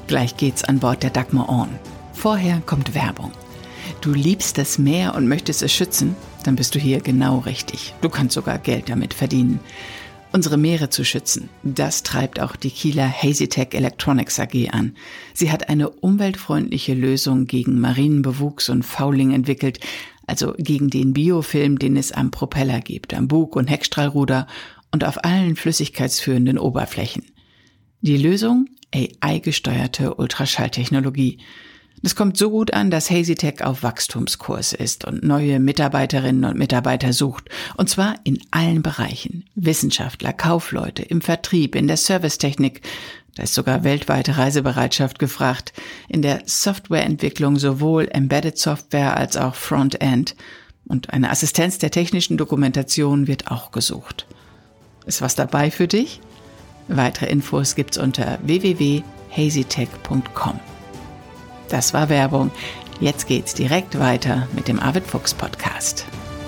Gleich geht's an Bord der Dagmar On. Vorher kommt Werbung. Du liebst das Meer und möchtest es schützen? Dann bist du hier genau richtig. Du kannst sogar Geld damit verdienen. Unsere Meere zu schützen, das treibt auch die Kieler Hazytech Electronics AG an. Sie hat eine umweltfreundliche Lösung gegen Marinenbewuchs und Fouling entwickelt, also gegen den Biofilm, den es am Propeller gibt, am Bug- und Heckstrahlruder und auf allen flüssigkeitsführenden Oberflächen. Die Lösung? AI-gesteuerte Ultraschalltechnologie. Das kommt so gut an, dass Hazytech auf Wachstumskurs ist und neue Mitarbeiterinnen und Mitarbeiter sucht. Und zwar in allen Bereichen. Wissenschaftler, Kaufleute, im Vertrieb, in der Servicetechnik. Da ist sogar weltweite Reisebereitschaft gefragt. In der Softwareentwicklung sowohl Embedded Software als auch Frontend. Und eine Assistenz der technischen Dokumentation wird auch gesucht. Ist was dabei für dich? Weitere Infos gibt's unter www.hazytech.com. Das war Werbung. Jetzt geht's direkt weiter mit dem Arvid Fuchs Podcast.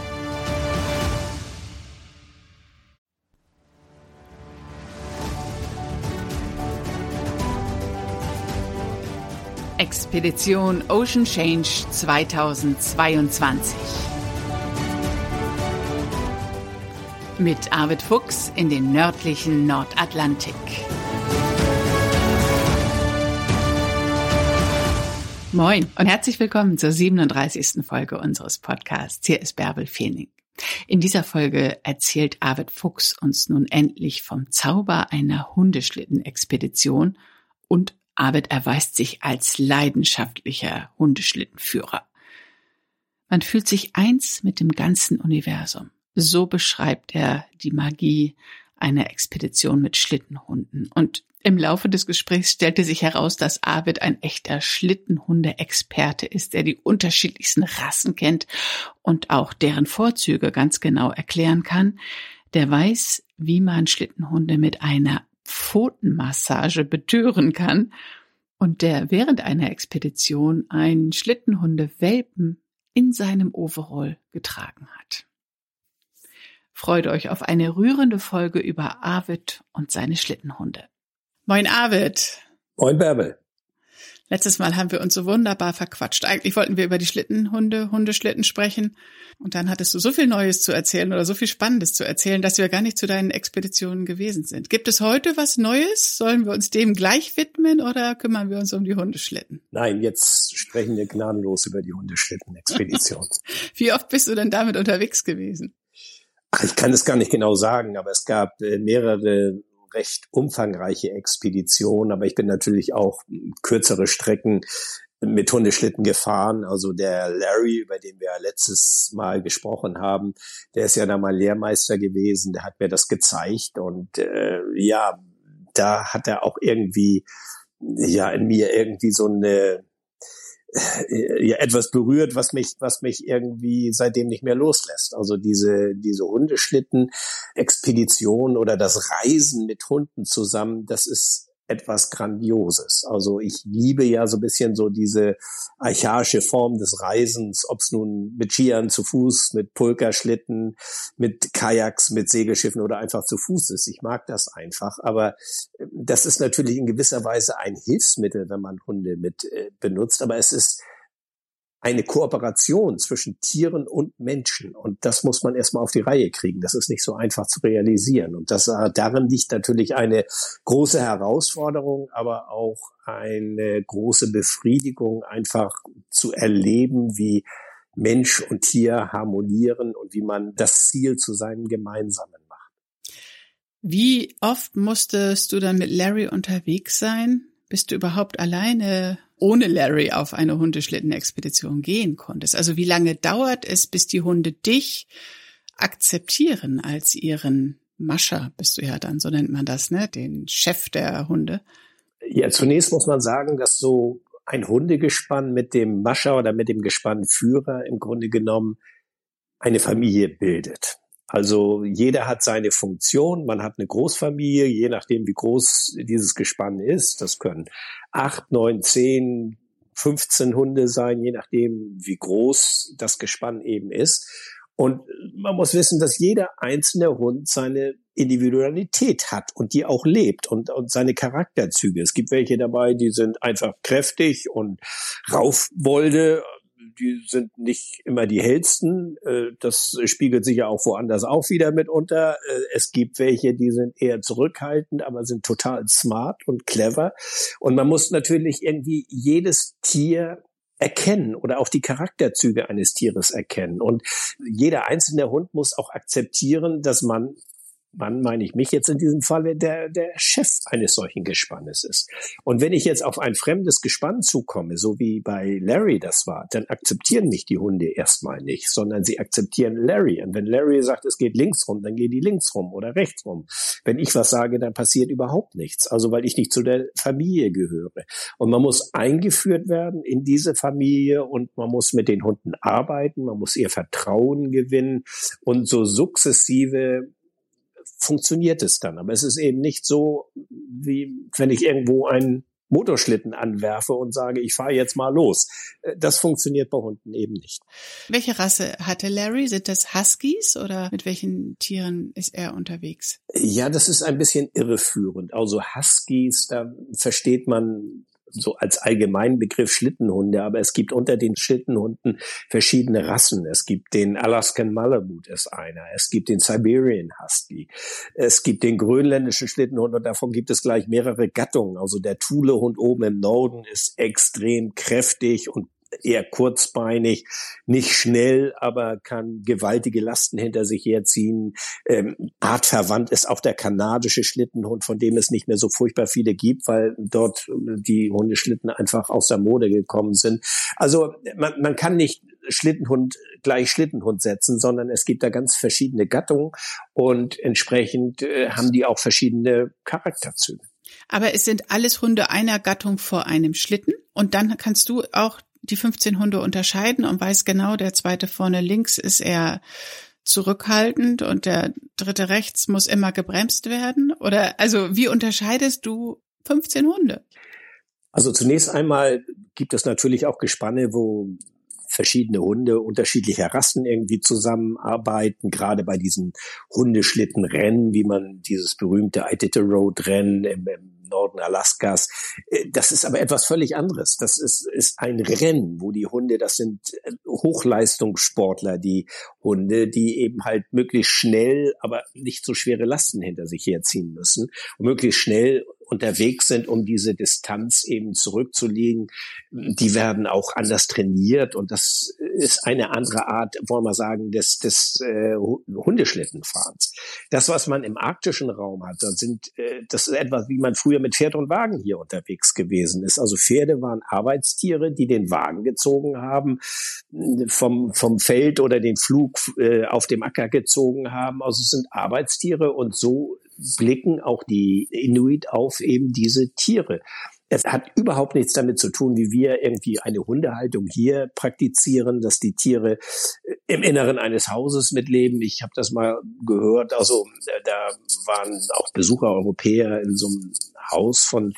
Expedition Ocean Change 2022. Mit Arvid Fuchs in den nördlichen Nordatlantik. Moin und herzlich willkommen zur 37. Folge unseres Podcasts. Hier ist Bärbel Feening. In dieser Folge erzählt Arvid Fuchs uns nun endlich vom Zauber einer Hundeschlitten-Expedition und Arvid erweist sich als leidenschaftlicher Hundeschlittenführer. Man fühlt sich eins mit dem ganzen Universum. So beschreibt er die Magie einer Expedition mit Schlittenhunden. Und im Laufe des Gesprächs stellte sich heraus, dass Arvid ein echter Schlittenhunde-Experte ist, der die unterschiedlichsten Rassen kennt und auch deren Vorzüge ganz genau erklären kann. Der weiß, wie man Schlittenhunde mit einer Pfotenmassage betören kann und der während einer Expedition einen Schlittenhunde-Welpen in seinem Overall getragen hat. Freut euch auf eine rührende Folge über Arvid und seine Schlittenhunde. Moin Arvid. Moin Bärbel. Letztes Mal haben wir uns so wunderbar verquatscht. Eigentlich wollten wir über die Hundeschlitten sprechen. Und dann hattest du so viel Neues zu erzählen oder so viel Spannendes zu erzählen, dass wir gar nicht zu deinen Expeditionen gewesen sind. Gibt es heute was Neues? Sollen wir uns dem gleich widmen oder kümmern wir uns um die Hundeschlitten? Nein, jetzt sprechen wir gnadenlos über die Hundeschlitten-Expedition. Wie oft bist du denn damit unterwegs gewesen? Ach, ich kann es gar nicht genau sagen, aber es gab mehrere recht umfangreiche Expeditionen, aber ich bin natürlich auch kürzere Strecken mit Hundeschlitten gefahren. Also der Larry, über den wir letztes Mal gesprochen haben, der ist ja da mal Lehrmeister gewesen, der hat mir das gezeigt und da hat er auch irgendwie in mir irgendwie so eine etwas berührt, was mich irgendwie seitdem nicht mehr loslässt. Also diese Hundeschlitten-Expedition oder das Reisen mit Hunden zusammen, das ist etwas Grandioses. Also ich liebe ja so ein bisschen so diese archaische Form des Reisens, ob es nun mit Skiern zu Fuß, mit Pulkaschlitten, mit Kajaks, mit Segelschiffen oder einfach zu Fuß ist. Ich mag das einfach, aber das ist natürlich in gewisser Weise ein Hilfsmittel, wenn man Hunde mit benutzt, aber es ist eine Kooperation zwischen Tieren und Menschen. Und das muss man erstmal auf die Reihe kriegen. Das ist nicht so einfach zu realisieren. Und darin liegt natürlich eine große Herausforderung, aber auch eine große Befriedigung, einfach zu erleben, wie Mensch und Tier harmonieren und wie man das Ziel zu seinem Gemeinsamen macht. Wie oft musstest du dann mit Larry unterwegs sein? Bist du überhaupt alleine ohne Larry auf eine Hundeschlitten-Expedition gehen konntest? Also wie lange dauert es, bis die Hunde dich akzeptieren als ihren Mascher? Bist du ja dann, so nennt man das, ne? Den Chef der Hunde. Ja, zunächst muss man sagen, dass so ein Hundegespann mit dem Mascher oder mit dem Gespannführer im Grunde genommen eine Familie bildet. Also jeder hat seine Funktion, man hat eine Großfamilie, je nachdem wie groß dieses Gespann ist. Das können 8, 9, 10, 15 Hunde sein, je nachdem wie groß das Gespann eben ist. Und man muss wissen, dass jeder einzelne Hund seine Individualität hat und die auch lebt und seine Charakterzüge. Es gibt welche dabei, die sind einfach kräftig und Raufbolde. Die sind nicht immer die hellsten. Das spiegelt sich ja auch woanders auch wieder mitunter. Es gibt welche, die sind eher zurückhaltend, aber sind total smart und clever. Und man muss natürlich irgendwie jedes Tier erkennen oder auch die Charakterzüge eines Tieres erkennen. Und jeder einzelne Hund muss auch akzeptieren, dass man meine ich mich jetzt in diesem Falle, der Chef eines solchen Gespannes ist. Und wenn ich jetzt auf ein fremdes Gespann zukomme, so wie bei Larry das war, dann akzeptieren mich die Hunde erstmal nicht, sondern sie akzeptieren Larry. Und wenn Larry sagt, es geht links rum, dann gehen die links rum oder rechts rum. Wenn ich was sage, dann passiert überhaupt nichts. Also weil ich nicht zu der Familie gehöre. Und man muss eingeführt werden in diese Familie und man muss mit den Hunden arbeiten, man muss ihr Vertrauen gewinnen und so sukzessive funktioniert es dann. Aber es ist eben nicht so, wie wenn ich irgendwo einen Motorschlitten anwerfe und sage, ich fahre jetzt mal los. Das funktioniert bei Hunden eben nicht. Welche Rasse hatte Larry? Sind das Huskies oder mit welchen Tieren ist er unterwegs? Ja, das ist ein bisschen irreführend. Also Huskies, da versteht man so als Allgemeinbegriff Schlittenhunde, aber es gibt unter den Schlittenhunden verschiedene Rassen. Es gibt den Alaskan Malamute ist einer, es gibt den Siberian Husky, es gibt den grönländischen Schlittenhund und davon gibt es gleich mehrere Gattungen. Also der Thule-Hund oben im Norden ist extrem kräftig und eher kurzbeinig, nicht schnell, aber kann gewaltige Lasten hinter sich herziehen. Artverwandt ist auch der kanadische Schlittenhund, von dem es nicht mehr so furchtbar viele gibt, weil dort die Hundeschlitten einfach aus der Mode gekommen sind. Also man kann nicht Schlittenhund gleich Schlittenhund setzen, sondern es gibt da ganz verschiedene Gattungen und entsprechend haben die auch verschiedene Charakterzüge. Aber es sind alles Hunde einer Gattung vor einem Schlitten und dann kannst du auch die 15 Hunde unterscheiden und weiß genau, der zweite vorne links ist eher zurückhaltend und der dritte rechts muss immer gebremst werden? Oder also wie unterscheidest du 15 Hunde? Also zunächst einmal gibt es natürlich auch Gespanne, wo verschiedene Hunde unterschiedlicher Rassen irgendwie zusammenarbeiten, gerade bei diesen Hundeschlittenrennen, wie man dieses berühmte Iditarod-Rennen im Norden Alaskas. Das ist aber etwas völlig anderes. Das ist ein Rennen, wo die Hunde, das sind Hochleistungssportler, die Hunde, die eben halt möglichst schnell, aber nicht so schwere Lasten hinter sich herziehen müssen und möglichst schnell unterwegs sind, um diese Distanz eben zurückzulegen. Die werden auch anders trainiert und das ist eine andere Art, wollen wir sagen, des Hundeschlittenfahrens. Das, was man im arktischen Raum hat, das ist etwas, wie man früher mit Pferd und Wagen hier unterwegs gewesen ist. Also Pferde waren Arbeitstiere, die den Wagen gezogen haben, vom Feld oder den Flug auf dem Acker gezogen haben. Also es sind Arbeitstiere und so blicken auch die Inuit auf eben diese Tiere. Es hat überhaupt nichts damit zu tun, wie wir irgendwie eine Hundehaltung hier praktizieren, dass die Tiere im Inneren eines Hauses mitleben. Ich habe das mal gehört, also da waren auch Besucher Europäer in so einem Haus von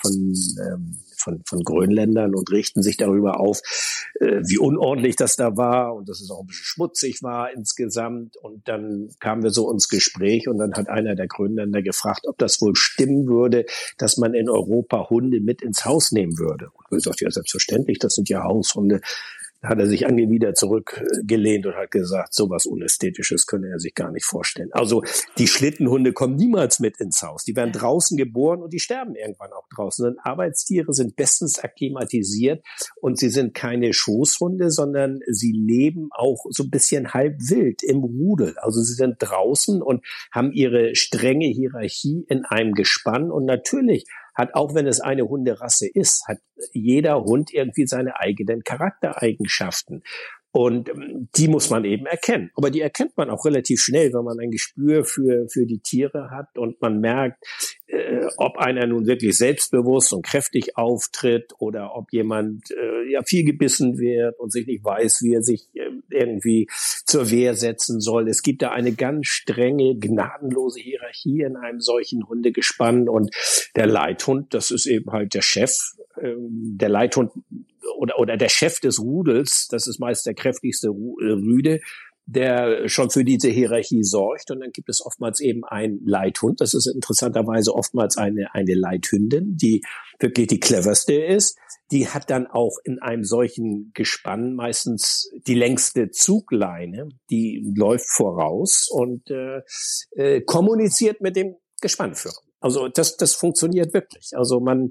Grönländern und richten sich darüber auf, wie unordentlich das da war und dass es auch ein bisschen schmutzig war insgesamt. Und dann kamen wir so ins Gespräch und dann hat einer der Grönländer gefragt, ob das wohl stimmen würde, dass man in Europa Hunde mit ins Haus nehmen würde. Und ich sagte, ja, selbstverständlich, das sind ja Haushunde. Da hat er sich angewidert zurückgelehnt und hat gesagt, sowas Unästhetisches könne er sich gar nicht vorstellen. Also die Schlittenhunde kommen niemals mit ins Haus. Die werden draußen geboren und die sterben irgendwann auch draußen. Und Arbeitstiere sind bestens akklimatisiert und sie sind keine Schoßhunde, sondern sie leben auch so ein bisschen halb wild im Rudel. Also sie sind draußen und haben ihre strenge Hierarchie in einem Gespann und natürlich hat, auch wenn es eine Hunderasse ist, hat jeder Hund irgendwie seine eigenen Charaktereigenschaften. Und die muss man eben erkennen. Aber die erkennt man auch relativ schnell, wenn man ein Gespür für die Tiere hat und man merkt, ob einer nun wirklich selbstbewusst und kräftig auftritt oder ob jemand viel gebissen wird und sich nicht weiß, wie er sich irgendwie zur Wehr setzen soll. Es gibt da eine ganz strenge, gnadenlose Hierarchie in einem solchen Hundegespann und der Leithund, das ist eben halt der Chef. Der Leithund oder der Chef des Rudels, das ist meist der kräftigste Rüde, der schon für diese Hierarchie sorgt. Und dann gibt es oftmals eben einen Leithund. Das ist interessanterweise oftmals eine Leithündin, die wirklich die cleverste ist. Die hat dann auch in einem solchen Gespann meistens die längste Zugleine. Die läuft voraus und kommuniziert mit dem Gespannführer. Also das funktioniert wirklich. Also man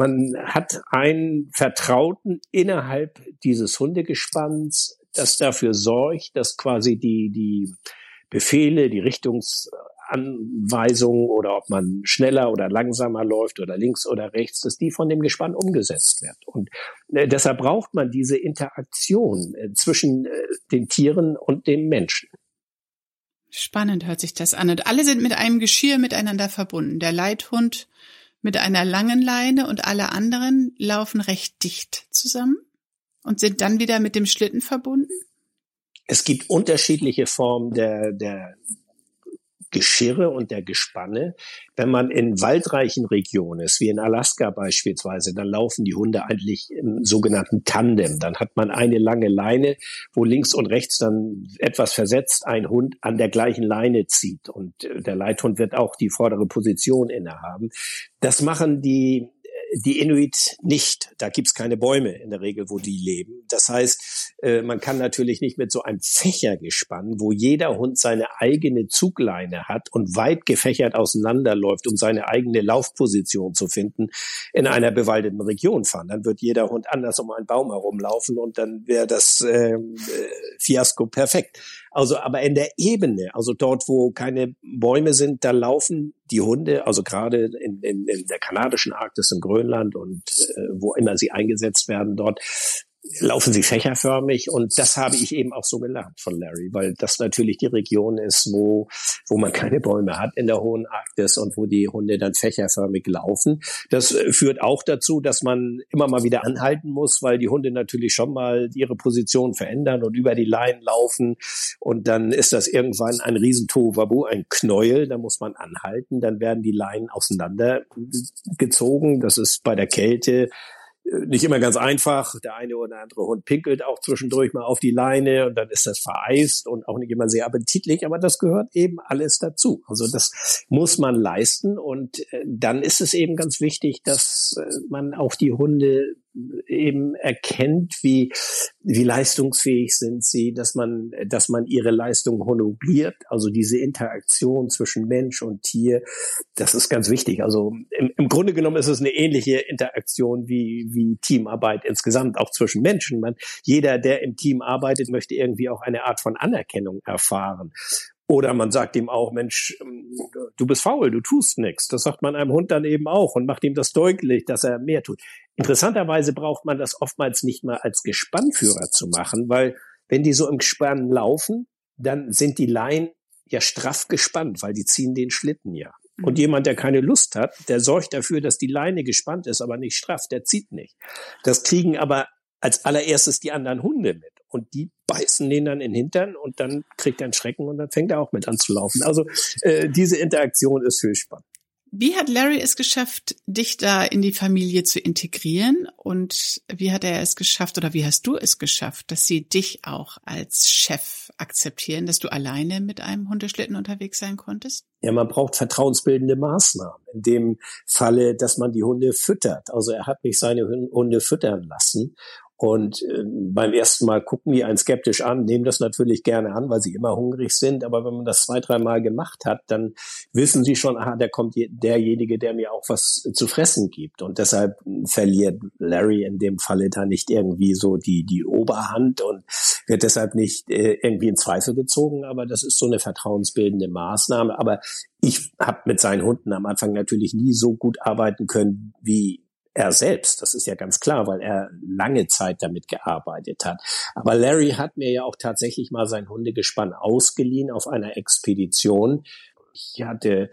hat einen Vertrauten innerhalb dieses Hundegespanns, das dafür sorgt, dass quasi die Befehle, die Richtungsanweisungen oder ob man schneller oder langsamer läuft oder links oder rechts, dass die von dem Gespann umgesetzt wird. Und deshalb braucht man diese Interaktion zwischen den Tieren und dem Menschen. Spannend hört sich das an. Und alle sind mit einem Geschirr miteinander verbunden. Der Leithund mit einer langen Leine und alle anderen laufen recht dicht zusammen und sind dann wieder mit dem Schlitten verbunden? Es gibt unterschiedliche Formen der Geschirre und der Gespanne. Wenn man in waldreichen Regionen ist, wie in Alaska beispielsweise, dann laufen die Hunde eigentlich im sogenannten Tandem. Dann hat man eine lange Leine, wo links und rechts dann etwas versetzt ein Hund an der gleichen Leine zieht. Und der Leithund wird auch die vordere Position innehaben. Das machen die Inuit nicht. Da gibt's keine Bäume in der Regel, wo die leben. Das heißt, man kann natürlich nicht mit so einem Fächergespann, wo jeder Hund seine eigene Zugleine hat und weit gefächert auseinanderläuft, um seine eigene Laufposition zu finden, in einer bewaldeten Region fahren. Dann wird jeder Hund anders um einen Baum herumlaufen und dann wäre das Fiasko perfekt. Also aber in der Ebene, also dort, wo keine Bäume sind, da laufen die Hunde, also gerade in der kanadischen Arktis, in Grönland und wo immer sie eingesetzt werden dort, laufen sie fächerförmig, und das habe ich eben auch so gelernt von Larry, weil das natürlich die Region ist, wo man keine Bäume hat in der hohen Arktis und wo die Hunde dann fächerförmig laufen. Das führt auch dazu, dass man immer mal wieder anhalten muss, weil die Hunde natürlich schon mal ihre Position verändern und über die Leinen laufen, und dann ist das irgendwann ein Riesentohuwabohu, ein Knäuel, da muss man anhalten, dann werden die Leinen auseinandergezogen. Das ist bei der Kälte nicht immer ganz einfach. Der eine oder andere Hund pinkelt auch zwischendurch mal auf die Leine und dann ist das vereist und auch nicht immer sehr appetitlich, aber das gehört eben alles dazu. Also das muss man leisten, und dann ist es eben ganz wichtig, dass man auch die Hunde eben erkennt, wie leistungsfähig sind sie, dass man ihre Leistung honoriert, also diese Interaktion zwischen Mensch und Tier, das ist ganz wichtig. Also im Grunde genommen ist es eine ähnliche Interaktion wie Teamarbeit insgesamt, auch zwischen Menschen. Jeder, der im Team arbeitet, möchte irgendwie auch eine Art von Anerkennung erfahren. Oder man sagt ihm auch, Mensch, du bist faul, du tust nichts. Das sagt man einem Hund dann eben auch und macht ihm das deutlich, dass er mehr tut. Interessanterweise braucht man das oftmals nicht mal als Gespannführer zu machen, weil wenn die so im Gespann laufen, dann sind die Leinen ja straff gespannt, weil die ziehen den Schlitten ja. Und jemand, der keine Lust hat, der sorgt dafür, dass die Leine gespannt ist, aber nicht straff, der zieht nicht. Das kriegen aber als allererstes die anderen Hunde mit. Und die beißen den dann in den Hintern und dann kriegt er einen Schrecken und dann fängt er auch mit an zu laufen. Also diese Interaktion ist höchst spannend. Wie hat Larry es geschafft, dich da in die Familie zu integrieren? Und wie hat er es geschafft, oder wie hast du es geschafft, dass sie dich auch als Chef akzeptieren, dass du alleine mit einem Hundeschlitten unterwegs sein konntest? Ja, man braucht vertrauensbildende Maßnahmen. In dem Falle, dass man die Hunde füttert. Also er hat mich seine Hunde füttern lassen. Und beim ersten Mal gucken die einen skeptisch an, nehmen das natürlich gerne an, weil sie immer hungrig sind. Aber wenn man das 2-3 Mal gemacht hat, dann wissen sie schon, aha, da kommt derjenige, der mir auch was zu fressen gibt. Und deshalb verliert Larry in dem Falle da nicht irgendwie so die Oberhand und wird deshalb nicht irgendwie in Zweifel gezogen. Aber das ist so eine vertrauensbildende Maßnahme. Aber ich habe mit seinen Hunden am Anfang natürlich nie so gut arbeiten können wie er selbst. Das ist ja ganz klar, weil er lange Zeit damit gearbeitet hat. Aber Larry hat mir ja auch tatsächlich mal sein Hundegespann ausgeliehen auf einer Expedition. Ich hatte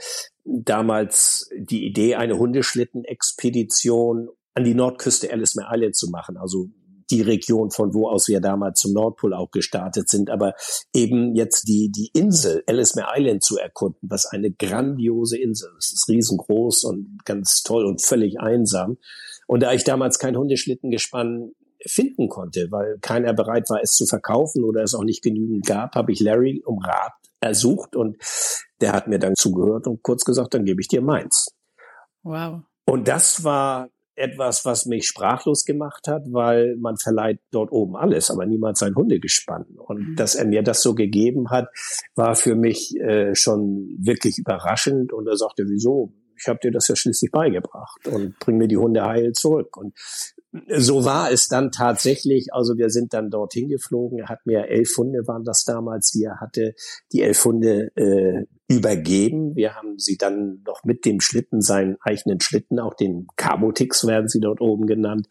damals die Idee, eine Hundeschlitten-Expedition an die Nordküste Ellesmere Island zu machen. Also die Region, von wo aus wir damals zum Nordpol auch gestartet sind, aber eben jetzt die Insel Ellesmere Island zu erkunden, was eine grandiose Insel ist. Es ist riesengroß und ganz toll und völlig einsam. Und da ich damals kein Hundeschlittengespann finden konnte, weil keiner bereit war, es zu verkaufen oder es auch nicht genügend gab, habe ich Larry um Rat ersucht und der hat mir dann zugehört und kurz gesagt, dann gebe ich dir meins. Wow. Und das war etwas, was mich sprachlos gemacht hat, weil man verleiht dort oben alles, aber niemals sein Hundegespann. Und dass er mir das so gegeben hat, war für mich schon wirklich überraschend. Und er sagte, wieso? Ich habe dir das ja schließlich beigebracht und bring mir die Hunde heil zurück. Und so war es dann tatsächlich. Also wir sind dann dorthin geflogen. Er hat mir 11 Hunde, waren das damals, die er hatte, die 11 Hunde übergeben. Wir haben sie dann noch mit dem Schlitten, seinen eigenen Schlitten, auch den Carbotix werden sie dort oben genannt,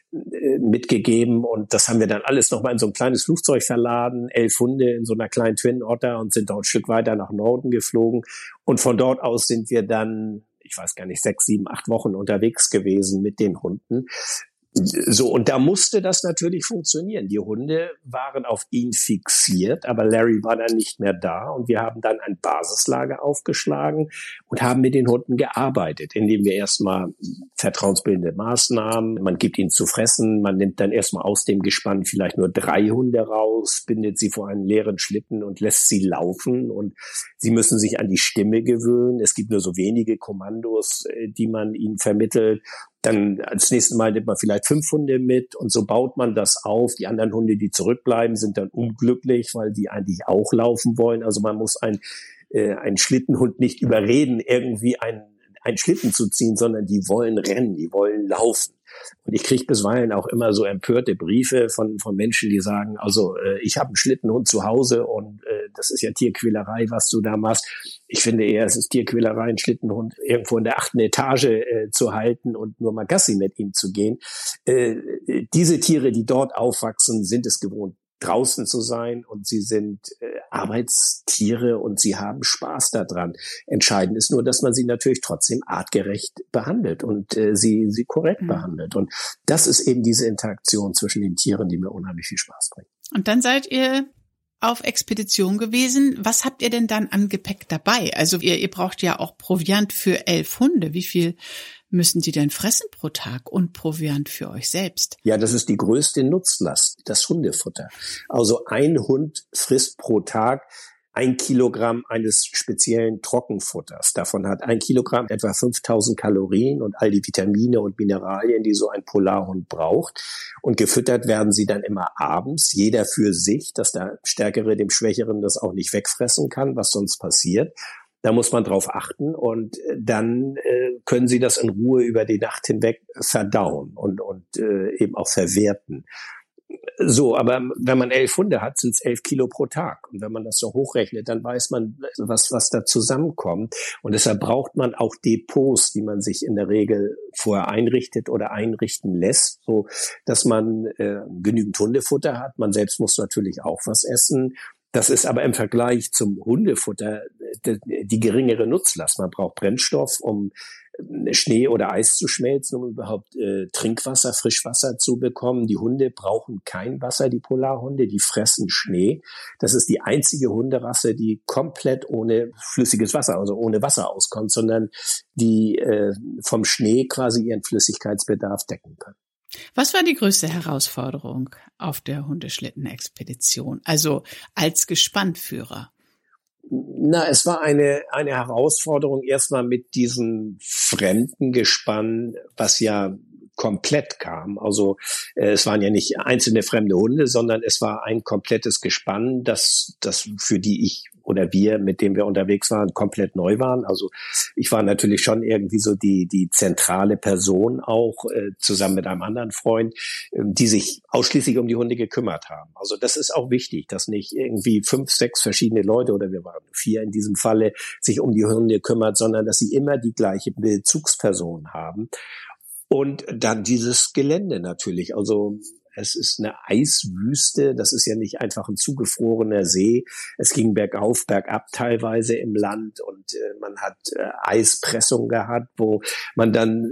mitgegeben. Und das haben wir dann alles nochmal in so ein kleines Flugzeug verladen, 11 Hunde in so einer kleinen Twin Otter und sind dort ein Stück weiter nach Norden geflogen. Und von dort aus sind wir dann, ich weiß gar nicht, 6, 7, 8 Wochen unterwegs gewesen mit den Hunden. So, und da musste das natürlich funktionieren. Die Hunde waren auf ihn fixiert, aber Larry war dann nicht mehr da und wir haben dann ein Basislager aufgeschlagen und haben mit den Hunden gearbeitet, indem wir erstmal vertrauensbildende Maßnahmen, man gibt ihnen zu fressen, man nimmt dann erstmal aus dem Gespann vielleicht nur 3 Hunde raus, bindet sie vor einen leeren Schlitten und lässt sie laufen und sie müssen sich an die Stimme gewöhnen. Es gibt nur so wenige Kommandos, die man ihnen vermittelt. Dann als nächstes Mal nimmt man vielleicht 5 Hunde mit und so baut man das auf. Die anderen Hunde, die zurückbleiben, sind dann unglücklich, weil die eigentlich auch laufen wollen. Also man muss einen Schlittenhund nicht überreden, irgendwie einen Schlitten zu ziehen, sondern die wollen rennen, die wollen laufen. Und ich kriege bisweilen auch immer so empörte Briefe von Menschen, die sagen, also ich habe einen Schlittenhund zu Hause und das ist ja Tierquälerei, was du da machst. Ich finde eher, es ist Tierquälerei, einen Schlittenhund irgendwo in der 8. Etage zu halten und nur mal Gassi mit ihm zu gehen. Diese Tiere, die dort aufwachsen, sind es gewohnt, draußen zu sein und sie sind Arbeitstiere und sie haben Spaß daran. Entscheidend ist nur, dass man sie natürlich trotzdem artgerecht behandelt und sie korrekt behandelt. Und das ist eben diese Interaktion zwischen den Tieren, die mir unheimlich viel Spaß bringt. Und dann seid ihr auf Expedition gewesen. Was habt ihr denn dann an Gepäck dabei? Also ihr braucht ja auch Proviant für 11 Hunde. Wie viel müssen die denn fressen pro Tag und Proviant für euch selbst? Ja, das ist die größte Nutzlast, das Hundefutter. Also ein Hund frisst pro Tag 1 Kilogramm eines speziellen Trockenfutters. Davon hat 1 Kilogramm etwa 5000 Kalorien und all die Vitamine und Mineralien, die so ein Polarhund braucht. Und gefüttert werden sie dann immer abends, jeder für sich, dass der Stärkere dem Schwächeren das auch nicht wegfressen kann, was sonst passiert. Da muss man drauf achten und dann können sie das in Ruhe über die Nacht hinweg verdauen und eben auch verwerten. So, aber wenn man 11 Hunde hat, sind es 11 Kilo pro Tag. Und wenn man das so hochrechnet, dann weiß man, was da zusammenkommt. Und deshalb braucht man auch Depots, die man sich in der Regel vorher einrichtet oder einrichten lässt, so dass man genügend Hundefutter hat. Man selbst muss natürlich auch was essen. Das ist aber im Vergleich zum Hundefutter die geringere Nutzlast. Man braucht Brennstoff, um Schnee oder Eis zu schmelzen, um überhaupt Trinkwasser, Frischwasser zu bekommen. Die Hunde brauchen kein Wasser, die Polarhunde, die fressen Schnee. Das ist die einzige Hunderasse, die komplett ohne flüssiges Wasser, also ohne Wasser auskommt, sondern die vom Schnee quasi ihren Flüssigkeitsbedarf decken können. Was war die größte Herausforderung auf der Hundeschlitten-Expedition, also als Gespannführer? Na, es war eine Herausforderung erstmal mit diesem fremden Gespann, was ja komplett kam. Also es waren ja nicht einzelne fremde Hunde, sondern es war ein komplettes Gespann, das für die ich oder wir, mit dem wir unterwegs waren, komplett neu waren. Also ich war natürlich schon irgendwie so die zentrale Person auch, zusammen mit einem anderen Freund, die sich ausschließlich um die Hunde gekümmert haben. Also das ist auch wichtig, dass nicht irgendwie 5, 6 verschiedene Leute, oder wir waren 4 in diesem Falle, sich um die Hunde kümmert, sondern dass sie immer die gleiche Bezugsperson haben. Und dann dieses Gelände natürlich. Also es ist eine Eiswüste, das ist ja nicht einfach ein zugefrorener See. Es ging bergauf, bergab teilweise im Land und man hat Eispressung gehabt, wo man dann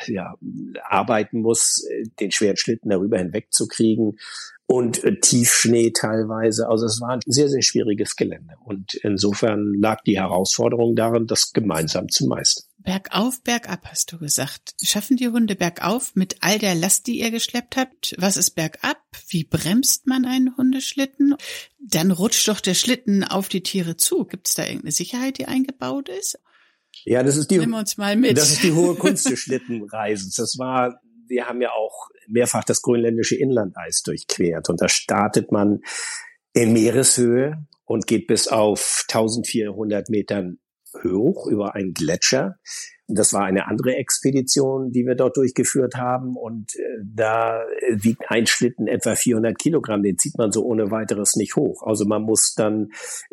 arbeiten muss, den schweren Schlitten darüber hinwegzukriegen und Tiefschnee teilweise. Also es war ein sehr, sehr schwieriges Gelände und insofern lag die Herausforderung darin, das gemeinsam zu meistern. Bergauf, bergab, hast du gesagt. Schaffen die Hunde bergauf mit all der Last, die ihr geschleppt habt? Was ist bergab? Wie bremst man einen Hundeschlitten? Dann rutscht doch der Schlitten auf die Tiere zu. Gibt es da irgendeine Sicherheit, die eingebaut ist? Ja, das ist Nehmen wir uns mal mit. Das ist die hohe Kunst des Schlittenreisens. Wir haben ja auch mehrfach das grönländische Inlandeis durchquert und da startet man in Meereshöhe und geht bis auf 1400 Metern hoch über einen Gletscher. Das war eine andere Expedition, die wir dort durchgeführt haben. Und da wiegt ein Schlitten etwa 400 Kilogramm. Den zieht man so ohne weiteres nicht hoch. Also man muss dann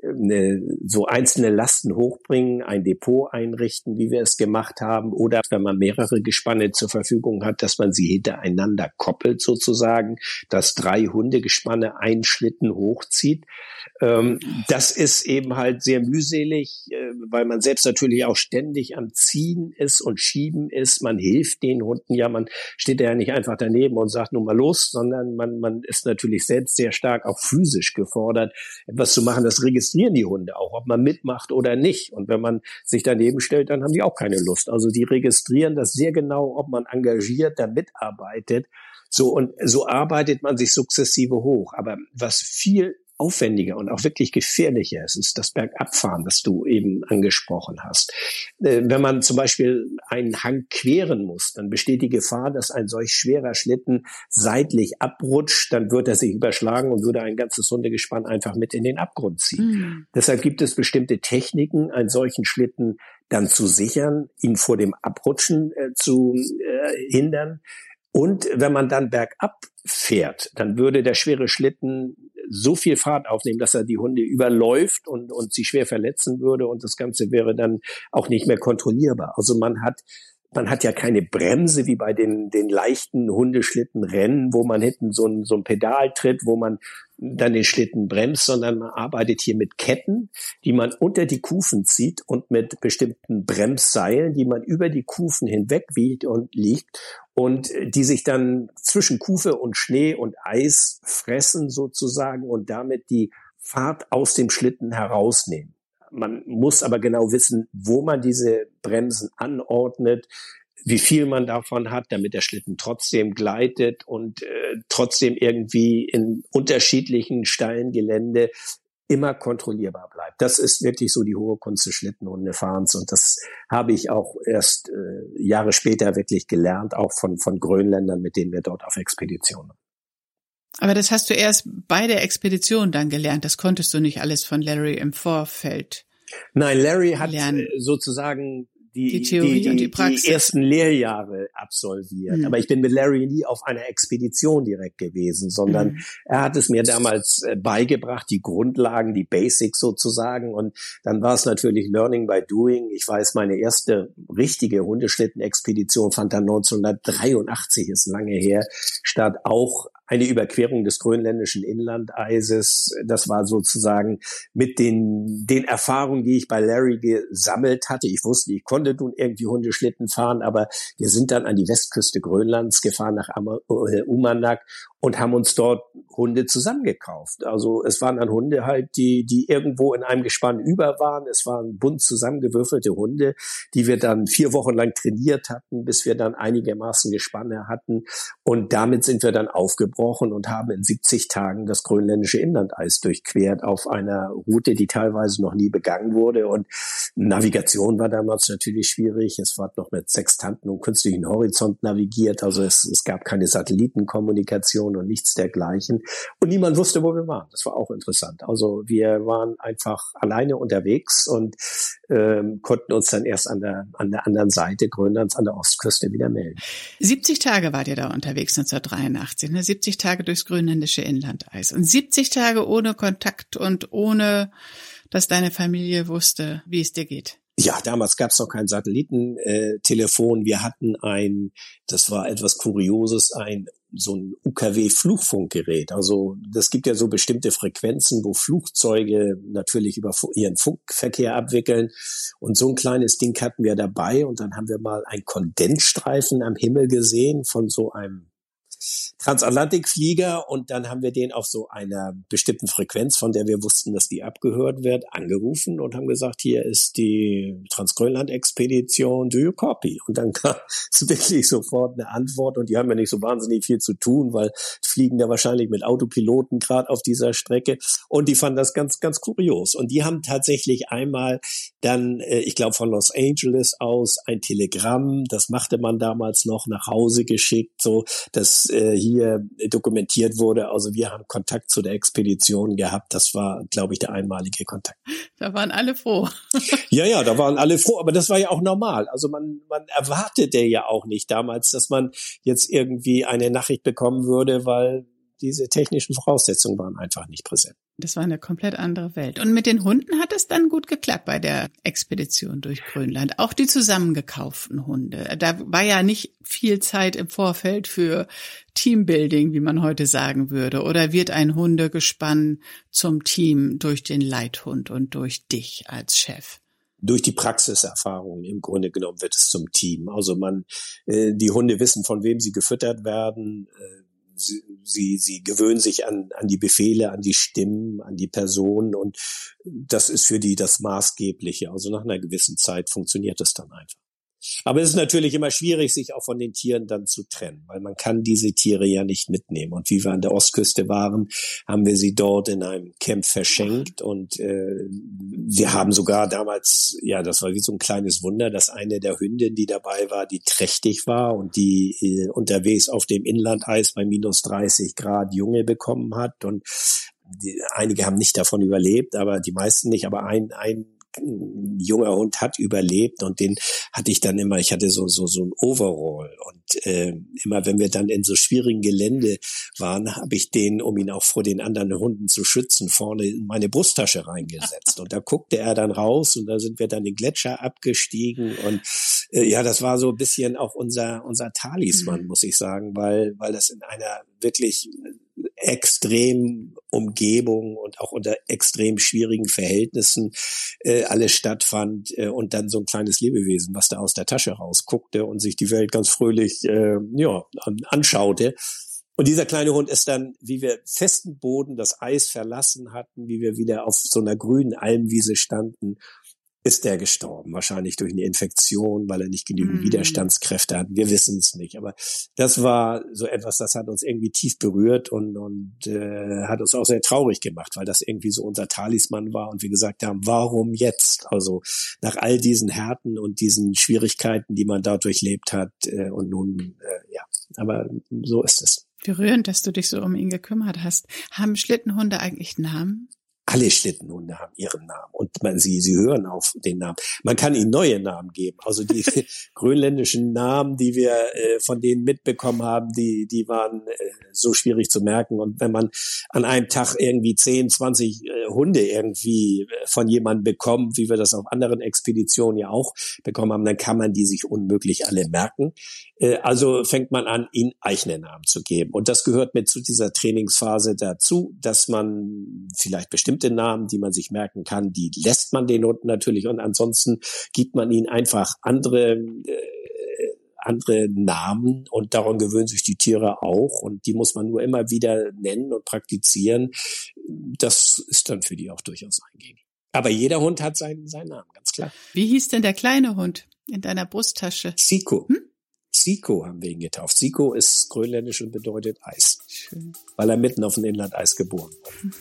so einzelne Lasten hochbringen, ein Depot einrichten, wie wir es gemacht haben. Oder wenn man mehrere Gespanne zur Verfügung hat, dass man sie hintereinander koppelt sozusagen, dass 3 Hundegespanne einen Schlitten hochzieht. Das ist eben halt sehr mühselig, weil man selbst natürlich auch ständig am Ziehen ist und Schieben ist. Man hilft den Hunden ja, man steht ja nicht einfach daneben und sagt nun mal los, sondern man ist natürlich selbst sehr stark auch physisch gefordert, etwas zu machen. Das registrieren die Hunde auch, ob man mitmacht oder nicht. Und wenn man sich daneben stellt, dann haben die auch keine Lust. Also die registrieren das sehr genau, ob man engagiert da mitarbeitet. So, und so arbeitet man sich sukzessive hoch. Aber was viel aufwendiger und auch wirklich gefährlicher ist das Bergabfahren, das du eben angesprochen hast. Wenn man zum Beispiel einen Hang queren muss, dann besteht die Gefahr, dass ein solch schwerer Schlitten seitlich abrutscht, dann wird er sich überschlagen und würde ein ganzes Hundegespann einfach mit in den Abgrund ziehen. Mhm. Deshalb gibt es bestimmte Techniken, einen solchen Schlitten dann zu sichern, ihn vor dem Abrutschen zu hindern. Und wenn man dann bergab fährt, dann würde der schwere Schlitten so viel Fahrt aufnehmen, dass er die Hunde überläuft und sie schwer verletzen würde und das Ganze wäre dann auch nicht mehr kontrollierbar. Also man hat ja keine Bremse wie bei den leichten Hundeschlittenrennen, wo man hinten so ein Pedal tritt, wo man dann den Schlitten bremst, sondern man arbeitet hier mit Ketten, die man unter die Kufen zieht und mit bestimmten Bremsseilen, die man über die Kufen hinweg wiegt und liegt und die sich dann zwischen Kufe und Schnee und Eis fressen sozusagen und damit die Fahrt aus dem Schlitten herausnehmen. Man muss aber genau wissen, wo man diese Bremsen anordnet, wie viel man davon hat, damit der Schlitten trotzdem gleitet und trotzdem irgendwie in unterschiedlichen steilen Gelände immer kontrollierbar bleibt. Das ist wirklich so die hohe Kunst des Schlittenhundefahrens und das habe ich auch erst Jahre später wirklich gelernt, auch von Grönländern, mit denen wir dort auf Expeditionen waren. Aber das hast du erst bei der Expedition dann gelernt. Das konntest du nicht alles von Larry im Vorfeld. Nein, Larry hat sozusagen die Theorie und die Praxis. Die ersten Lehrjahre absolviert. Aber ich bin mit Larry nie auf einer Expedition direkt gewesen, sondern er hat es mir damals beigebracht, die Grundlagen, die Basics sozusagen. Und dann war es natürlich Learning by Doing. Ich weiß, meine erste richtige Hundeschlitten-Expedition fand dann 1983, ist lange her, statt, auch eine Überquerung des grönländischen Inlandeises. Das war sozusagen mit den Erfahrungen, die ich bei Larry gesammelt hatte. Ich wusste, ich konnte nun irgendwie Hundeschlitten fahren, aber wir sind dann an die Westküste Grönlands gefahren, nach Uummannaq, und haben uns dort Hunde zusammengekauft. Also es waren dann Hunde halt, die irgendwo in einem Gespann über waren. Es waren bunt zusammengewürfelte Hunde, die wir dann 4 Wochen lang trainiert hatten, bis wir dann einigermaßen Gespanne hatten. Und damit sind wir dann aufgebrochen und haben in 70 Tagen das grönländische Inlandeis durchquert auf einer Route, die teilweise noch nie begangen wurde. Und Navigation war damals natürlich schwierig. Es war noch mit Sextanten und künstlichen Horizont navigiert. Also es gab keine Satellitenkommunikation und nichts dergleichen. Und niemand wusste, wo wir waren. Das war auch interessant. Also wir waren einfach alleine unterwegs und konnten uns dann erst an der anderen Seite Grönlands, an der Ostküste wieder melden. 70 Tage wart ihr da unterwegs 1983, ne? 70 Tage durchs grönländische Inlandeis. Und 70 Tage ohne Kontakt und ohne, dass deine Familie wusste, wie es dir geht. Ja, damals gab es noch kein Satellitentelefon. Wir hatten das war etwas Kurioses, so ein UKW-Flugfunkgerät. Also das gibt ja so bestimmte Frequenzen, wo Flugzeuge natürlich über ihren Funkverkehr abwickeln. Und so ein kleines Ding hatten wir dabei. Und dann haben wir mal einen Kondensstreifen am Himmel gesehen von so einem Transatlantikflieger und dann haben wir den auf so einer bestimmten Frequenz, von der wir wussten, dass die abgehört wird, angerufen und haben gesagt, hier ist die Transgrönland-Expedition, do you copy? Und dann kam wirklich sofort eine Antwort und die haben ja nicht so wahnsinnig viel zu tun, weil die fliegen da wahrscheinlich mit Autopiloten gerade auf dieser Strecke und die fanden das ganz, ganz kurios. Und die haben tatsächlich einmal dann, ich glaube von Los Angeles aus, ein Telegramm, das machte man damals noch, nach Hause geschickt, so dass hier dokumentiert wurde. Also wir haben Kontakt zu der Expedition gehabt. Das war, glaube ich, der einmalige Kontakt. Da waren alle froh. Ja, da waren alle froh. Aber das war ja auch normal. Also man erwartete ja auch nicht damals, dass man jetzt irgendwie eine Nachricht bekommen würde, weil diese technischen Voraussetzungen waren einfach nicht präsent. Das war eine komplett andere Welt. Und mit den Hunden hat es dann gut geklappt bei der Expedition durch Grönland. Auch die zusammengekauften Hunde. Da war ja nicht viel Zeit im Vorfeld für Teambuilding, wie man heute sagen würde. Oder wird ein Hundegespann zum Team durch den Leithund und durch dich als Chef? Durch die Praxiserfahrung im Grunde genommen wird es zum Team. Also die Hunde wissen, von wem sie gefüttert werden. Sie gewöhnen sich an die Befehle, an die Stimmen, an die Personen und das ist für die das Maßgebliche. Also nach einer gewissen Zeit funktioniert es dann einfach. Aber es ist natürlich immer schwierig, sich auch von den Tieren dann zu trennen, weil man kann diese Tiere ja nicht mitnehmen. Und wie wir an der Ostküste waren, haben wir sie dort in einem Camp verschenkt und wir haben sogar damals, ja, das war wie so ein kleines Wunder, dass eine der Hündinnen, die dabei war, die trächtig war und die unterwegs auf dem Inlandeis bei minus 30 Grad Junge bekommen hat und einige haben nicht davon überlebt, aber die meisten nicht, aber ein junger Hund hat überlebt und den hatte ich dann immer, ich hatte so ein Overall und immer wenn wir dann in so schwierigen Gelände waren, habe ich den, um ihn auch vor den anderen Hunden zu schützen, vorne in meine Brusttasche reingesetzt und da guckte er dann raus und da sind wir dann den Gletscher abgestiegen und ja, das war so ein bisschen auch unser Talisman, muss ich sagen, weil das in einer wirklich extrem Umgebung und auch unter extrem schwierigen Verhältnissen alles stattfand und dann so ein kleines Lebewesen, was da aus der Tasche rausguckte und sich die Welt ganz fröhlich anschaute. Und dieser kleine Hund ist dann, wie wir festen Boden, das Eis verlassen hatten, wie wir wieder auf so einer grünen Almwiese standen, ist der gestorben. Wahrscheinlich durch eine Infektion, weil er nicht genügend Widerstandskräfte hat. Wir wissen es nicht. Aber das war so etwas, das hat uns irgendwie tief berührt und hat uns auch sehr traurig gemacht, weil das irgendwie so unser Talisman war und wir gesagt haben, warum jetzt? Also nach all diesen Härten und diesen Schwierigkeiten, die man da durchlebt hat und nun, aber so ist es. Wie rührend, dass du dich so um ihn gekümmert hast. Haben Schlittenhunde eigentlich Namen? Alle Schlittenhunde haben ihren Namen und sie hören auf den Namen. Man kann ihnen neue Namen geben. Also die grönländischen Namen, die wir von denen mitbekommen haben, die waren so schwierig zu merken. Und wenn man an einem Tag irgendwie 10, 20 Hunde irgendwie von jemandem bekommt, wie wir das auf anderen Expeditionen ja auch bekommen haben, dann kann man die sich unmöglich alle merken. Also fängt man an, ihnen eigene Namen zu geben. Und das gehört mit zu dieser Trainingsphase dazu, dass man vielleicht bestimmte Namen, die man sich merken kann, die lässt man den Hunden natürlich. Und ansonsten gibt man ihnen einfach andere Namen und daran gewöhnen sich die Tiere auch. Und die muss man nur immer wieder nennen und praktizieren. Das ist dann für die auch durchaus eingängig. Aber jeder Hund hat seinen Namen, ganz klar. Wie hieß denn der kleine Hund in deiner Brusttasche? Siko. Siko haben wir ihn getauft. Siko ist grönländisch und bedeutet Eis. Schön. Weil er mitten auf dem Inlandeis geboren wurde.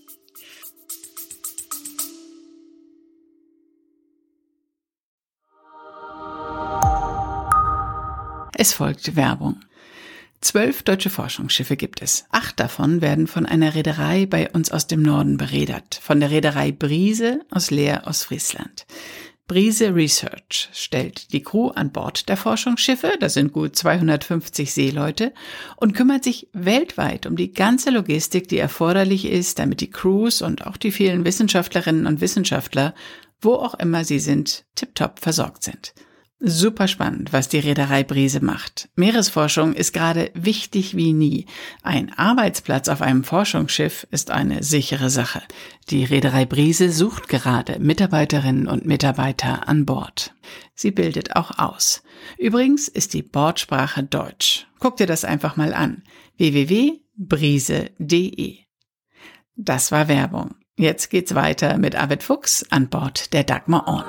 Es folgt Werbung. 12 deutsche Forschungsschiffe gibt es. 8 davon werden von einer Reederei bei uns aus dem Norden bereedert. Von der Reederei Brise aus Leer, Ostfriesland. Brise Research stellt die Crew an Bord der Forschungsschiffe, das sind gut 250 Seeleute, und kümmert sich weltweit um die ganze Logistik, die erforderlich ist, damit die Crews und auch die vielen Wissenschaftlerinnen und Wissenschaftler, wo auch immer sie sind, tipptopp versorgt sind. Super spannend, was die Reederei Brise macht. Meeresforschung ist gerade wichtig wie nie. Ein Arbeitsplatz auf einem Forschungsschiff ist eine sichere Sache. Die Reederei Brise sucht gerade Mitarbeiterinnen und Mitarbeiter an Bord. Sie bildet auch aus. Übrigens ist die Bordsprache Deutsch. Guck dir das einfach mal an. www.brise.de. Das war Werbung. Jetzt geht's weiter mit Arvid Fuchs an Bord der Dagmar Orn.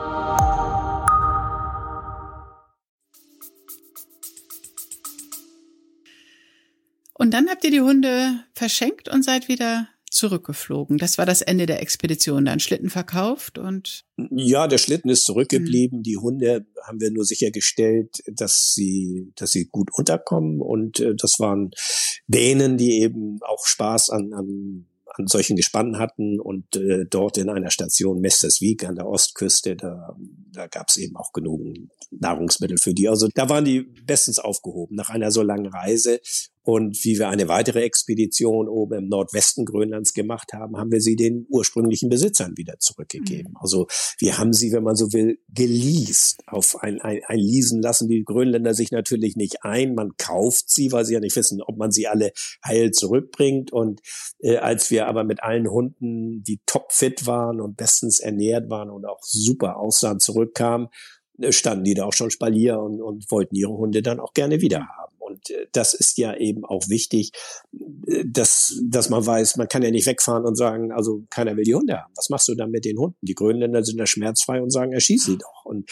Und dann habt ihr die Hunde verschenkt und seid wieder zurückgeflogen. Das war das Ende der Expedition. Dann Schlitten verkauft und... Ja, der Schlitten ist zurückgeblieben. Die Hunde haben wir nur sichergestellt, dass sie gut unterkommen. Und das waren Dänen, die eben auch Spaß an solchen Gespannen hatten und dort in einer Station Mestersvik an der Ostküste, da gab es eben auch genug Nahrungsmittel für die. Also da waren die bestens aufgehoben nach einer so langen Reise. Und wie wir eine weitere Expedition oben im Nordwesten Grönlands gemacht haben, haben wir sie den ursprünglichen Besitzern wieder zurückgegeben. Also wir haben sie, wenn man so will, geleast. Auf ein Leasen lassen die Grönländer sich natürlich nicht ein. Man kauft sie, weil sie ja nicht wissen, ob man sie alle heil zurückbringt. Und als wir aber mit allen Hunden, die topfit waren und bestens ernährt waren und auch super aussahen, zurückkamen, standen die da auch schon Spalier und wollten ihre Hunde dann auch gerne wieder haben. Und das ist ja eben auch wichtig, dass man weiß, man kann ja nicht wegfahren und sagen, also keiner will die Hunde haben. Was machst du dann mit den Hunden? Die Grönländer sind da schmerzfrei und sagen, erschieß sie doch. Und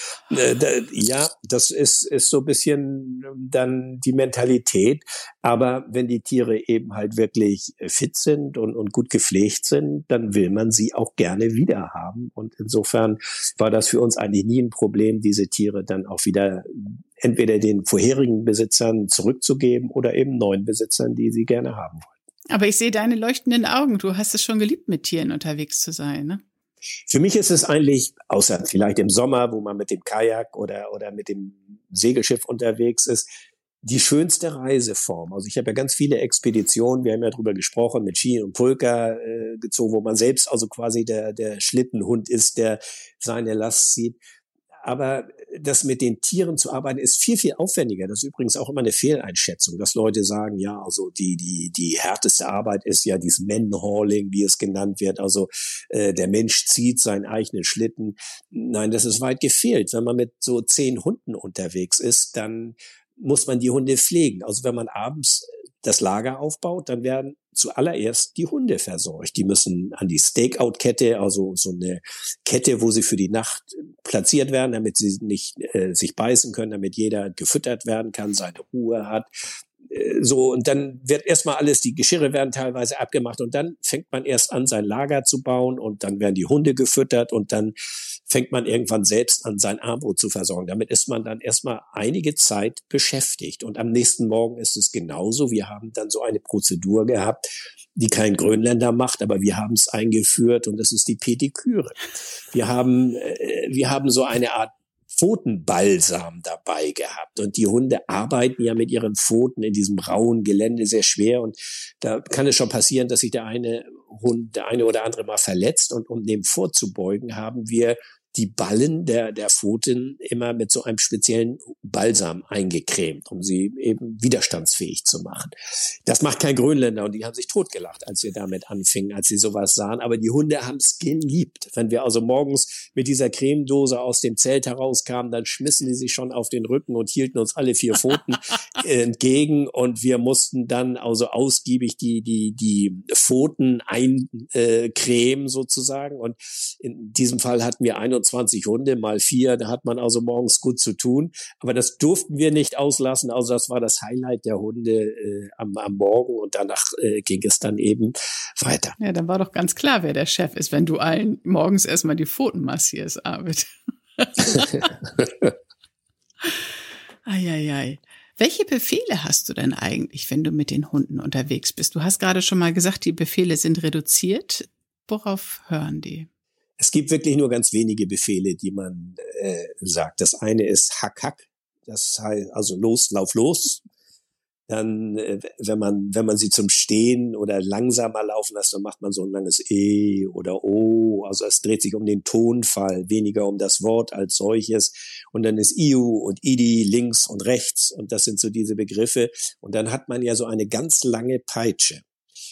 ja, das ist so ein bisschen dann die Mentalität. Aber wenn die Tiere eben halt wirklich fit sind und gut gepflegt sind, dann will man sie auch gerne wieder haben. Und insofern war das für uns eigentlich nie ein Problem, diese Tiere dann auch wieder entweder den vorherigen Besitzern zurückzugeben oder eben neuen Besitzern, die sie gerne haben wollen. Aber ich sehe deine leuchtenden Augen. Du hast es schon geliebt, mit Tieren unterwegs zu sein, ne? Für mich ist es eigentlich, außer vielleicht im Sommer, wo man mit dem Kajak oder mit dem Segelschiff unterwegs ist, die schönste Reiseform. Also ich habe ja ganz viele Expeditionen, wir haben ja drüber gesprochen, mit Ski und Pulka gezogen, wo man selbst also quasi der Schlittenhund ist, der seine Last zieht. Aber das mit den Tieren zu arbeiten ist viel, viel aufwendiger. Das ist übrigens auch immer eine Fehleinschätzung, dass Leute sagen, ja, also die härteste Arbeit ist ja dieses Manhauling, wie es genannt wird. Also der Mensch zieht seinen eigenen Schlitten. Nein, das ist weit gefehlt. Wenn man mit so 10 Hunden unterwegs ist, dann muss man die Hunde pflegen. Also wenn man abends das Lager aufbaut, dann werden zuallererst die Hunde versorgt. Die müssen an die Stakeout-Kette, also so eine Kette, wo sie für die Nacht platziert werden, damit sie nicht sich beißen können, damit jeder gefüttert werden kann, seine Ruhe hat. So, und dann wird erstmal alles, die Geschirre werden teilweise abgemacht und dann fängt man erst an, sein Lager zu bauen und dann werden die Hunde gefüttert und dann fängt man irgendwann selbst an, sein Armbrot zu versorgen. Damit ist man dann erstmal einige Zeit beschäftigt und am nächsten Morgen ist es genauso. Wir haben dann so eine Prozedur gehabt, die kein Grönländer macht, aber wir haben es eingeführt und das ist die Pediküre. Wir haben so eine Art Pfotenbalsam dabei gehabt. Und die Hunde arbeiten ja mit ihren Pfoten in diesem rauen Gelände sehr schwer. Und da kann es schon passieren, dass sich der eine oder andere mal verletzt. Und um dem vorzubeugen, haben wir die Ballen der Pfoten immer mit so einem speziellen Balsam eingecremt, um sie eben widerstandsfähig zu machen. Das macht kein Grönländer und die haben sich totgelacht, als wir damit anfingen, als sie sowas sahen. Aber die Hunde haben es geliebt. Wenn wir also morgens mit dieser Cremedose aus dem Zelt herauskamen, dann schmissen die sich schon auf den Rücken und hielten uns alle 4 Pfoten entgegen und wir mussten dann also ausgiebig die Pfoten eincremen sozusagen und in diesem Fall hatten wir 21 Hunde mal 4, da hat man also morgens gut zu tun. Aber das durften wir nicht auslassen. Also das war das Highlight der Hunde am Morgen und danach ging es dann eben weiter. Ja, dann war doch ganz klar, wer der Chef ist, wenn du allen morgens erstmal die Pfoten massierst, Arvid. Eieiei. Welche Befehle hast du denn eigentlich, wenn du mit den Hunden unterwegs bist? Du hast gerade schon mal gesagt, die Befehle sind reduziert. Worauf hören die? Es gibt wirklich nur ganz wenige Befehle, die man sagt. Das eine ist Hack, Hack. Das heißt also los, lauf los. Dann, wenn man sie zum Stehen oder langsamer laufen lässt, dann macht man so ein langes E oder O. Also es dreht sich um den Tonfall, weniger um das Wort als solches. Und dann ist Iu und Idi links und rechts. Und das sind so diese Begriffe. Und dann hat man ja so eine ganz lange Peitsche.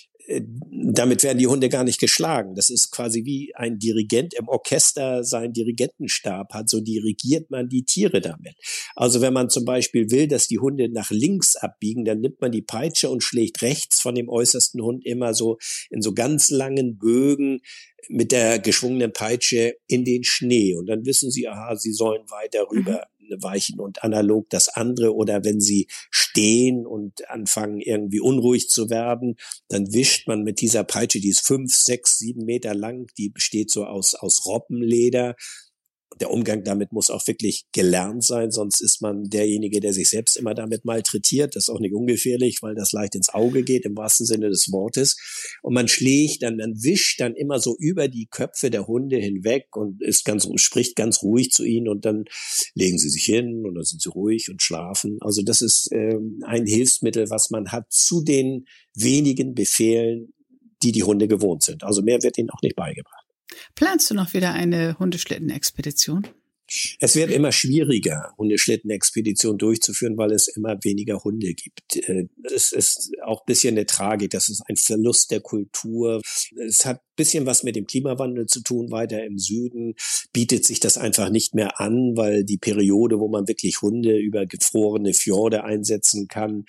Damit werden die Hunde gar nicht geschlagen. Das ist quasi wie ein Dirigent im Orchester seinen Dirigentenstab hat. So dirigiert man die Tiere damit. Also wenn man zum Beispiel will, dass die Hunde nach links abbiegen, dann nimmt man die Peitsche und schlägt rechts von dem äußersten Hund immer so in so ganz langen Bögen mit der geschwungenen Peitsche in den Schnee. Und dann wissen sie, aha, sie sollen weiter rüber weichen und analog das andere. Oder wenn sie stehen und anfangen irgendwie unruhig zu werden, dann wischt man mit dieser Peitsche, die ist 5, 6, 7 Meter lang, die besteht so aus Robbenleder. Der Umgang damit muss auch wirklich gelernt sein, sonst ist man derjenige, der sich selbst immer damit malträtiert. Das ist auch nicht ungefährlich, weil das leicht ins Auge geht, im wahrsten Sinne des Wortes. Und man schlägt dann wischt dann immer so über die Köpfe der Hunde hinweg und spricht ganz ruhig zu ihnen und dann legen sie sich hin und dann sind sie ruhig und schlafen. Also das ist ein Hilfsmittel, was man hat zu den wenigen Befehlen, die Hunde gewohnt sind. Also mehr wird ihnen auch nicht beigebracht. Planst du noch wieder eine Hundeschlitten-Expedition? Es wird immer schwieriger, Hundeschlitten-Expeditionen durchzuführen, weil es immer weniger Hunde gibt. Es ist auch ein bisschen eine Tragik, das ist ein Verlust der Kultur. Es hat ein bisschen was mit dem Klimawandel zu tun. Weiter im Süden bietet sich das einfach nicht mehr an, weil die Periode, wo man wirklich Hunde über gefrorene Fjorde einsetzen kann,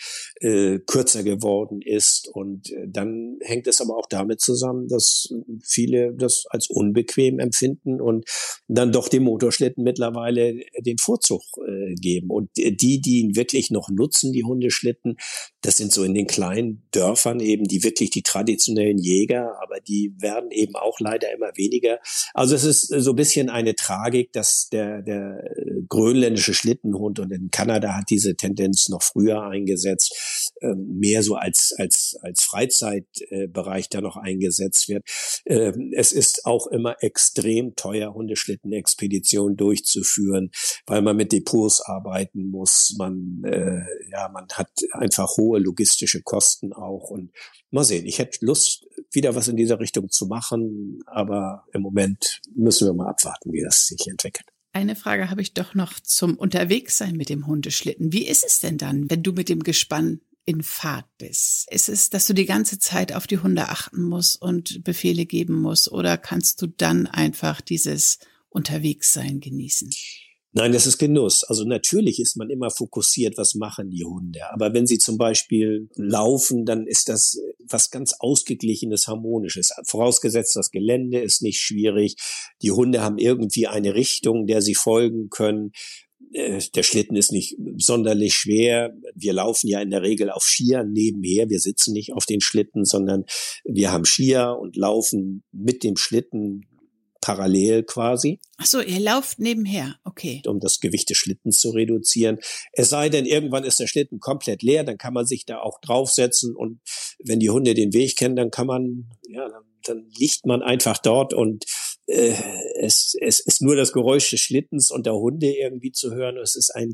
kürzer geworden ist. Und dann hängt es aber auch damit zusammen, dass viele das als unbequem empfinden und dann doch dem Motorschlitten mittlerweile den Vorzug geben. Und die ihn wirklich noch nutzen, die Hundeschlitten, das sind so in den kleinen Dörfern eben die traditionellen Jäger, aber die werden eben auch leider immer weniger. Also es ist so ein bisschen eine Tragik, dass der grönländische Schlittenhund, und in Kanada hat diese Tendenz noch früher eingesetzt, mehr so als Freizeitbereich da noch eingesetzt wird. Es ist auch immer extrem teuer, Hundeschlitten-Expeditionen durchzuführen, weil man mit Depots arbeiten muss. Man hat einfach hohe logistische Kosten auch. Und mal sehen, ich hätte Lust, wieder was in dieser Richtung zu machen, aber im Moment müssen wir mal abwarten, wie das sich entwickelt. Eine Frage habe ich doch noch zum Unterwegssein mit dem Hundeschlitten. Wie ist es denn dann, wenn du mit dem Gespann in Fahrt bist? Ist es, dass du die ganze Zeit auf die Hunde achten musst und Befehle geben musst, oder kannst du dann einfach dieses Unterwegssein genießen? Nein, das ist Genuss. Also natürlich ist man immer fokussiert, was machen die Hunde. Aber wenn sie zum Beispiel laufen, dann ist das was ganz Ausgeglichenes, Harmonisches. Vorausgesetzt, das Gelände ist nicht schwierig. Die Hunde haben irgendwie eine Richtung, der sie folgen können. Der Schlitten ist nicht sonderlich schwer. Wir laufen ja in der Regel auf Skiern nebenher. Wir sitzen nicht auf den Schlitten, sondern wir haben Skier und laufen mit dem Schlitten parallel quasi. Ach so, ihr lauft nebenher, okay. Um das Gewicht des Schlittens zu reduzieren. Es sei denn, irgendwann ist der Schlitten komplett leer, dann kann man sich da auch draufsetzen und wenn die Hunde den Weg kennen, dann kann man, dann liegt man einfach dort und es ist nur das Geräusch des Schlittens und der Hunde irgendwie zu hören. Es ist eine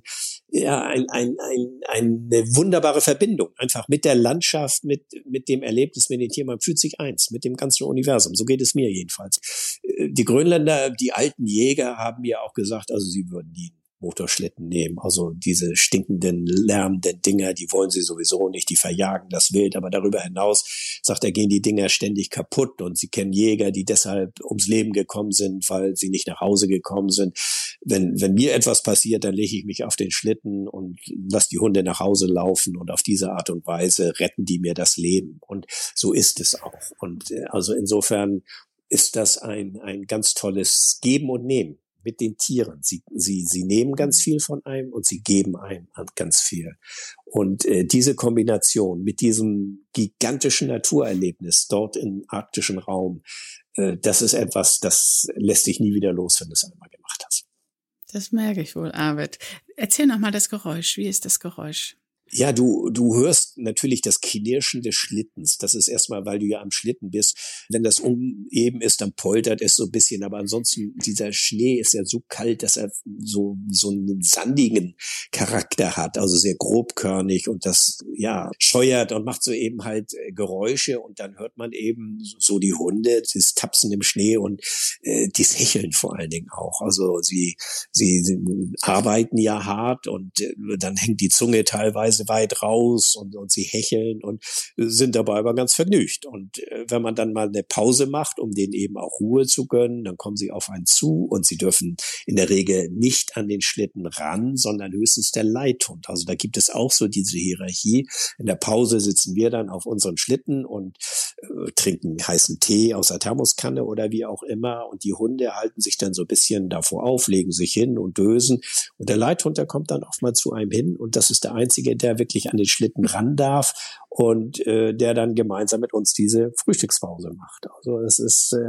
wunderbare Verbindung, einfach mit der Landschaft, mit dem Erlebnis, mit den Tieren. Man fühlt sich eins mit dem ganzen Universum. So geht es mir jedenfalls. Die Grönländer, die alten Jäger, haben mir auch gesagt, also sie würden die Motorschlitten nehmen. Also diese stinkenden, lärmenden Dinger, die wollen sie sowieso nicht, die verjagen das Wild. Aber darüber hinaus, sagt er, gehen die Dinger ständig kaputt. Und sie kennen Jäger, die deshalb ums Leben gekommen sind, weil sie nicht nach Hause gekommen sind. Wenn mir etwas passiert, dann lege ich mich auf den Schlitten und lasse die Hunde nach Hause laufen. Und auf diese Art und Weise retten die mir das Leben. Und so ist es auch. Und also insofern ist das ein ganz tolles Geben und Nehmen mit den Tieren. Sie nehmen ganz viel von einem und sie geben einem ganz viel. Und diese Kombination mit diesem gigantischen Naturerlebnis dort im arktischen Raum, das ist etwas, das lässt sich nie wieder los, wenn du es einmal gemacht hast. Das merke ich wohl, Arvid. Erzähl noch mal das Geräusch. Wie ist das Geräusch? Ja, du hörst natürlich das Knirschen des Schlittens. Das ist erstmal, weil du ja am Schlitten bist. Wenn das uneben ist, dann poltert es so ein bisschen. Aber ansonsten, dieser Schnee ist ja so kalt, dass er so einen sandigen Charakter hat. Also sehr grobkörnig und das, ja, scheuert und macht so eben halt Geräusche. Und dann hört man eben so die Hunde, das Tapsen im Schnee und dies Hecheln vor allen Dingen auch. Also sie arbeiten ja hart und dann hängt die Zunge teilweise weit raus und sie hecheln und sind dabei aber ganz vergnügt. Und wenn man dann mal eine Pause macht, um denen eben auch Ruhe zu gönnen, dann kommen sie auf einen zu und sie dürfen in der Regel nicht an den Schlitten ran, sondern höchstens der Leithund. Also da gibt es auch so diese Hierarchie. In der Pause sitzen wir dann auf unseren Schlitten und trinken heißen Tee aus der Thermoskanne oder wie auch immer und die Hunde halten sich dann so ein bisschen davor auf, legen sich hin und dösen und der Leithund, der kommt dann oft mal zu einem hin und das ist der Einzige, der wirklich an den Schlitten ran darf und der dann gemeinsam mit uns diese Frühstückspause macht. Also das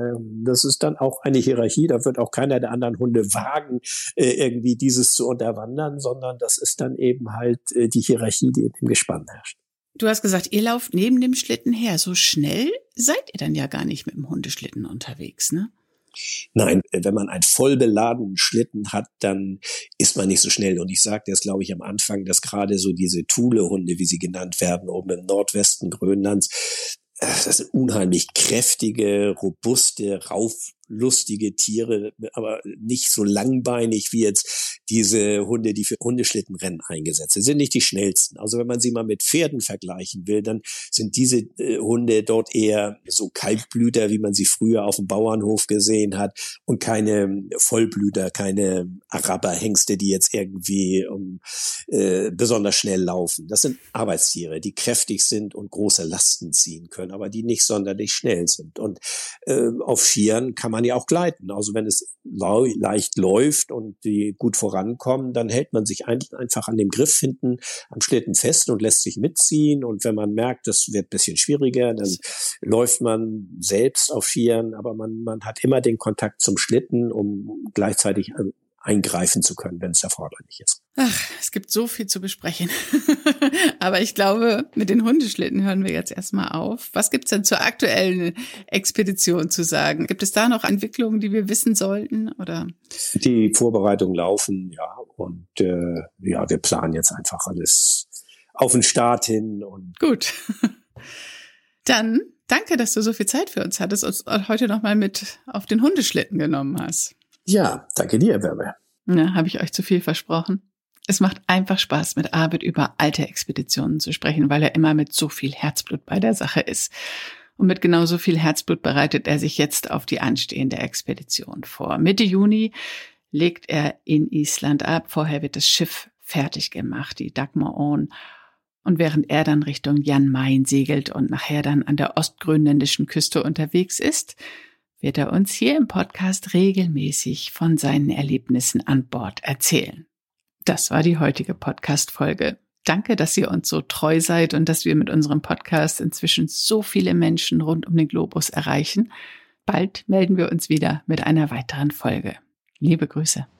ist dann auch eine Hierarchie, da wird auch keiner der anderen Hunde wagen, irgendwie dieses zu unterwandern, sondern das ist dann eben halt die Hierarchie, die in dem Gespann herrscht. Du hast gesagt, ihr lauft neben dem Schlitten her. So schnell seid ihr dann ja gar nicht mit dem Hundeschlitten unterwegs, ne? Nein, wenn man einen voll beladenen Schlitten hat, dann ist man nicht so schnell. Und ich sagte es, glaube ich, am Anfang, dass gerade so diese Thule-Hunde, wie sie genannt werden, oben im Nordwesten Grönlands, das sind unheimlich kräftige, robuste, rauflustige Tiere, aber nicht so langbeinig wie jetzt diese Hunde, die für Hundeschlittenrennen eingesetzt sind. Sind nicht die schnellsten. Also wenn man sie mal mit Pferden vergleichen will, dann sind diese Hunde dort eher so Kaltblüter, wie man sie früher auf dem Bauernhof gesehen hat und keine Vollblüter, keine Araberhengste, die jetzt irgendwie besonders schnell laufen. Das sind Arbeitstiere, die kräftig sind und große Lasten ziehen können, aber die nicht sonderlich schnell sind. Und auf Skiern kann man ja auch gleiten. Also wenn es leicht läuft und die gut vorankommen, dann hält man sich einfach an dem Griff hinten am Schlitten fest und lässt sich mitziehen. Und wenn man merkt, das wird ein bisschen schwieriger, dann läuft man selbst auf Skiern, aber man hat immer den Kontakt zum Schlitten, um gleichzeitig eingreifen zu können, wenn es erforderlich ist. Ach, es gibt so viel zu besprechen. Aber ich glaube, mit den Hundeschlitten hören wir jetzt erstmal auf. Was gibt's denn zur aktuellen Expedition zu sagen? Gibt es da noch Entwicklungen, die wir wissen sollten, oder? Die Vorbereitungen laufen, ja, und wir planen jetzt einfach alles auf den Start hin. Und gut. Dann danke, dass du so viel Zeit für uns hattest und uns heute nochmal mit auf den Hundeschlitten genommen hast. Ja, danke dir, Werbe. Ja, habe ich euch zu viel versprochen? Es macht einfach Spaß, mit Arvid über alte Expeditionen zu sprechen, weil er immer mit so viel Herzblut bei der Sache ist. Und mit genauso viel Herzblut bereitet er sich jetzt auf die anstehende Expedition vor. Mitte Juni legt er in Island ab. Vorher wird das Schiff fertig gemacht, die Dagmar On. Und während er dann Richtung Jan Mayen segelt und nachher dann an der ostgrönländischen Küste unterwegs ist, wird er uns hier im Podcast regelmäßig von seinen Erlebnissen an Bord erzählen. Das war die heutige Podcast-Folge. Danke, dass ihr uns so treu seid und dass wir mit unserem Podcast inzwischen so viele Menschen rund um den Globus erreichen. Bald melden wir uns wieder mit einer weiteren Folge. Liebe Grüße.